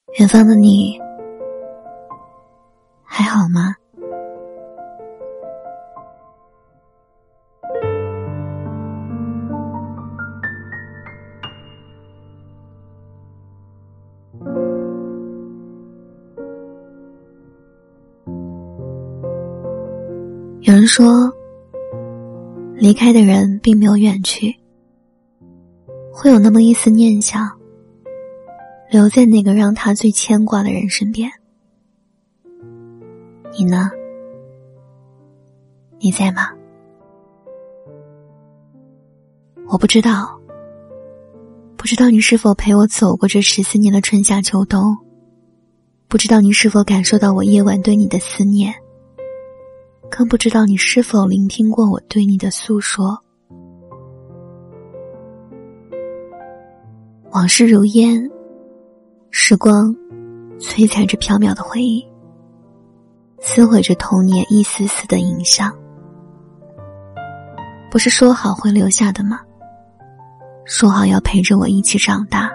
远方的你还好吗？有人说，离开的人并没有远去，会有那么一丝念想留在那个让他最牵挂的人身边。你呢？你在吗？我不知道你是否陪我走过这14年的春夏秋冬，不知道你是否感受到我夜晚对你的思念，更不知道你是否聆听过我对你的诉说。往事如烟，时光摧残着缥缈的回忆，撕毁着童年一丝丝的影像。不是说好会留下的吗？说好要陪着我一起长大，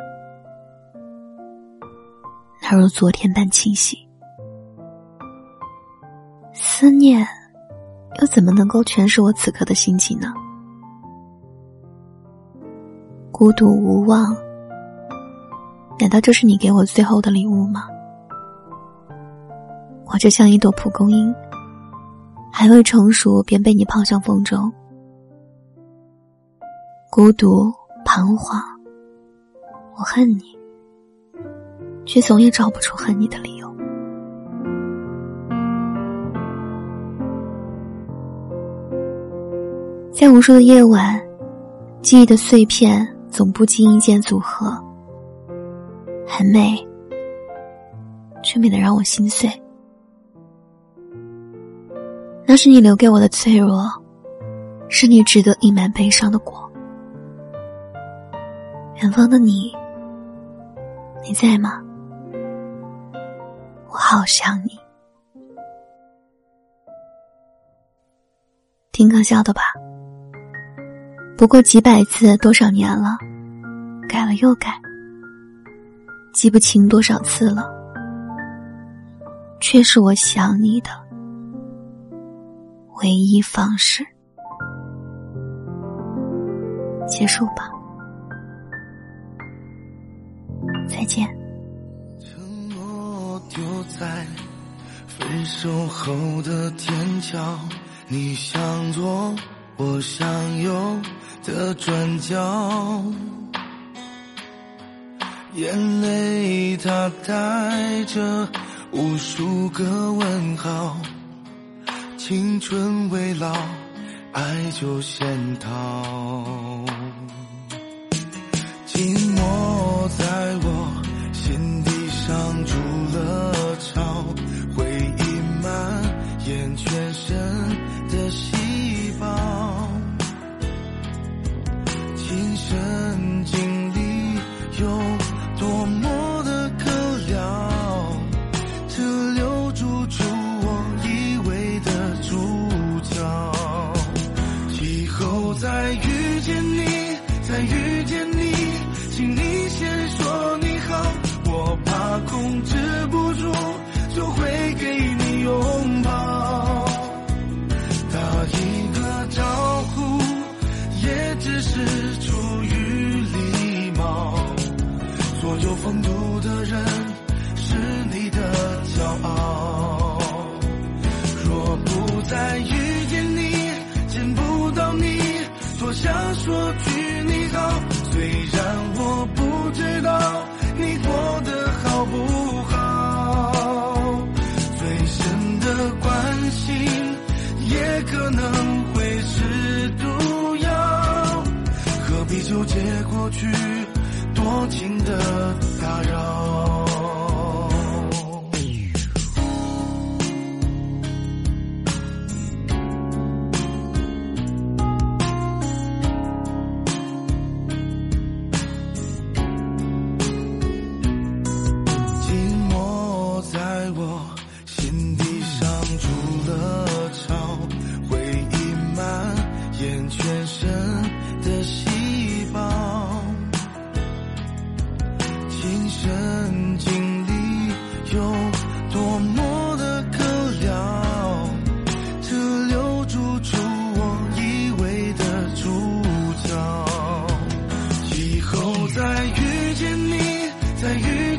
哪如昨天般清晰。思念又怎么能够诠释我此刻的心情呢？孤独无望，难道这是你给我最后的礼物吗？我就像一朵蒲公英，还未成熟便被你抛向风中。孤独彷徨，我恨你，却总也找不出恨你的理由。在无数的夜晚，记忆的碎片总不经意间组合，很美，却美得让我心碎。那是你留给我的脆弱，是你值得溢满悲伤的果。远方的你，你在吗？我好想你。挺可笑的吧？不过几百字多少年了，改了又改，记不清多少次了，却是我想你的唯一方式。结束吧，再见。 承诺丢在分手后的天桥，你想做我想有的转角，眼泪它带着无数个问号，青春未老，爱就先逃。寂寞在我心底上筑了巢，回忆蔓延全身的细胞，亲身经历有多么的可聊，只留住我以为的主角，以后再遇见你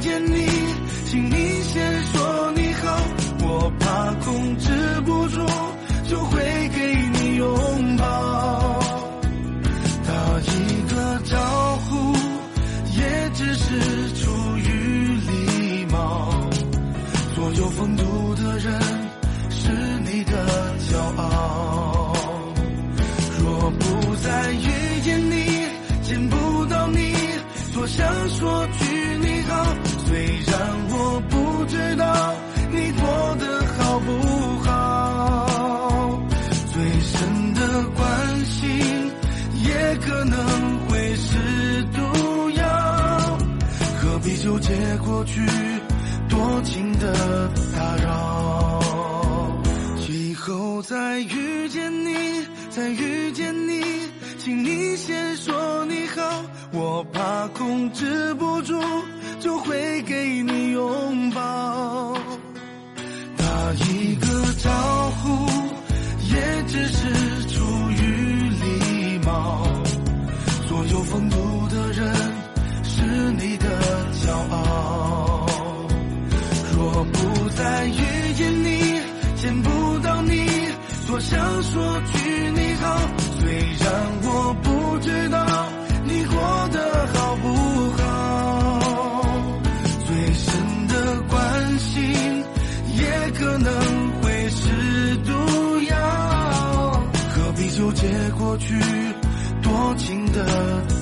见你，请你先说你好，我怕控制不住，就会给你拥抱。打一个招呼，也只是出于礼貌，所有风度的人是你的骄傲。若不再遇见你，见不到你，多想说句你好，虽然我不知道你过得好不好。最深的关心也可能会是毒药，何必纠结过去多情的打扰。以后再遇见你，再遇见你，请你先说你好，我怕控制不住，就会给你拥抱。打一个招呼，也只是出于礼貌，所有风度的人是你的骄傲。若不再遇见你，见不到你，多想说句你好，虽然我不知道你过得好不好。最深的关心也可能会是毒药，何必纠结过去多情的